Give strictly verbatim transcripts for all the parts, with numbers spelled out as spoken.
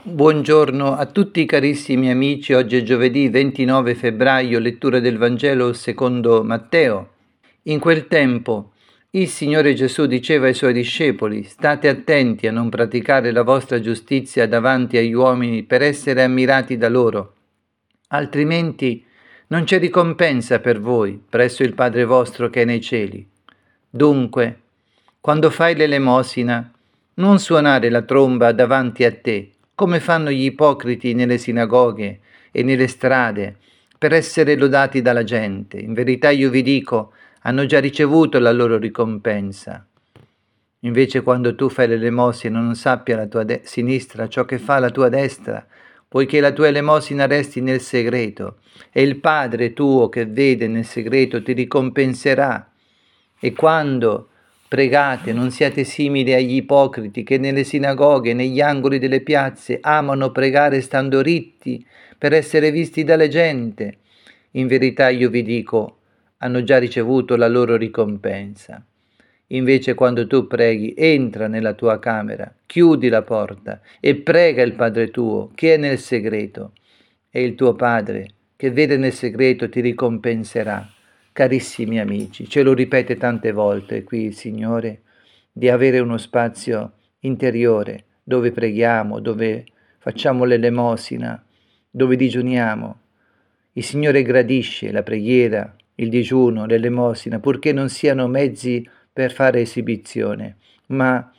Buongiorno a tutti carissimi amici, oggi è giovedì ventinove febbraio, lettura del Vangelo secondo Matteo. In quel tempo il Signore Gesù diceva ai Suoi discepoli: state attenti a non praticare la vostra giustizia davanti agli uomini per essere ammirati da loro, altrimenti non c'è ricompensa per voi presso il Padre vostro che è nei cieli. Dunque, quando fai l'elemosina, non suonare la tromba davanti a te, come fanno gli ipocriti nelle sinagoghe e nelle strade, per essere lodati dalla gente. In verità io vi dico, hanno già ricevuto la loro ricompensa. Invece quando tu fai l'elemosina, non sappia la tua de- sinistra ciò che fa la tua destra, poiché la tua elemosina resti nel segreto, e il Padre tuo che vede nel segreto ti ricompenserà. E quando pregate, non siate simili agli ipocriti che nelle sinagoghe, negli angoli delle piazze, amano pregare stando ritti per essere visti dalle gente. In verità io vi dico, hanno già ricevuto la loro ricompensa. Invece quando tu preghi, entra nella tua camera, chiudi la porta e prega il Padre tuo che è nel segreto, e il tuo Padre che vede nel segreto ti ricompenserà. Carissimi amici, ce lo ripete tante volte qui il Signore, di avere uno spazio interiore dove preghiamo, dove facciamo l'elemosina, dove digiuniamo. Il Signore gradisce la preghiera, il digiuno, l'elemosina, purché non siano mezzi per fare esibizione, ma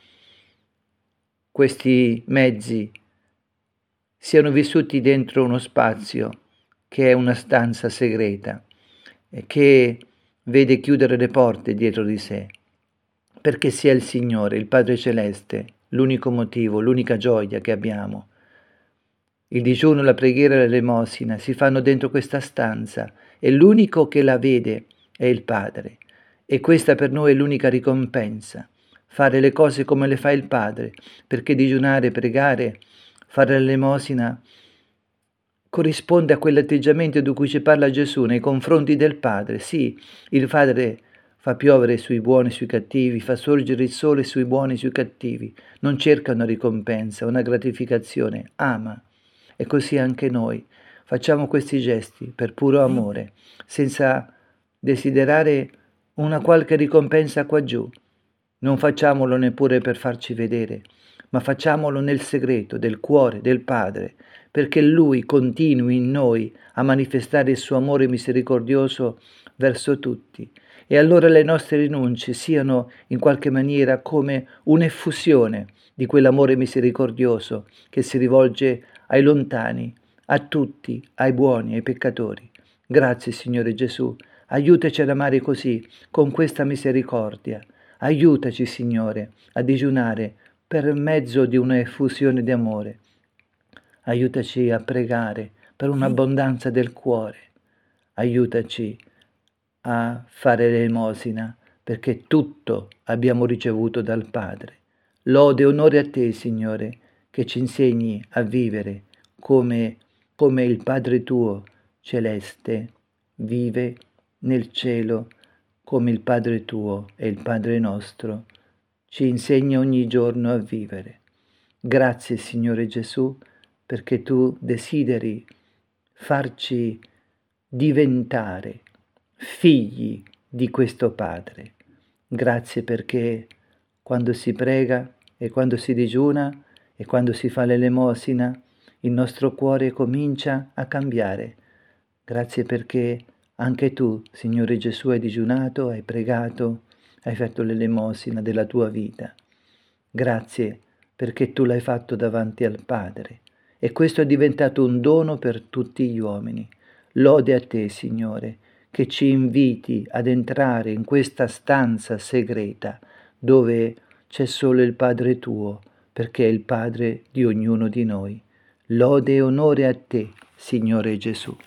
questi mezzi siano vissuti dentro uno spazio che è una stanza segreta, che vede chiudere le porte dietro di sé, perché sia il Signore, il Padre Celeste, l'unico motivo, l'unica gioia che abbiamo. Il digiuno, la preghiera e l'elemosina si fanno dentro questa stanza e l'unico che la vede è il Padre. E questa per noi è l'unica ricompensa, fare le cose come le fa il Padre, perché digiunare, pregare, fare l'elemosina corrisponde a quell'atteggiamento di cui ci parla Gesù nei confronti del Padre. Sì, il Padre fa piovere sui buoni e sui cattivi, fa sorgere il sole sui buoni e sui cattivi, non cerca una ricompensa, una gratificazione, ama. E così anche noi facciamo questi gesti per puro amore, senza desiderare una qualche ricompensa qua giù. Non facciamolo neppure per farci vedere, ma facciamolo nel segreto del cuore del Padre, perché Lui continui in noi a manifestare il suo amore misericordioso verso tutti. E allora le nostre rinunce siano in qualche maniera come un'effusione di quell'amore misericordioso che si rivolge ai lontani, a tutti, ai buoni, ai peccatori. Grazie Signore Gesù, aiutaci ad amare così, con questa misericordia. Aiutaci Signore a digiunare per mezzo di una effusione di amore. Aiutaci a pregare per un'abbondanza del cuore. Aiutaci a fare l'elemosina perché tutto abbiamo ricevuto dal Padre. Lode e onore a te, Signore, che ci insegni a vivere come, come il Padre tuo celeste vive nel cielo, come il Padre tuo e il Padre nostro ci insegna ogni giorno a vivere. Grazie, Signore Gesù, perché tu desideri farci diventare figli di questo Padre. Grazie perché quando si prega e quando si digiuna e quando si fa l'elemosina, il nostro cuore comincia a cambiare. Grazie perché anche tu, Signore Gesù, hai digiunato, hai pregato, hai fatto l'elemosina della tua vita. Grazie perché tu l'hai fatto davanti al Padre e questo è diventato un dono per tutti gli uomini. Lode a te, Signore, che ci inviti ad entrare in questa stanza segreta dove c'è solo il Padre tuo, perché è il Padre di ognuno di noi. Lode e onore a te, Signore Gesù.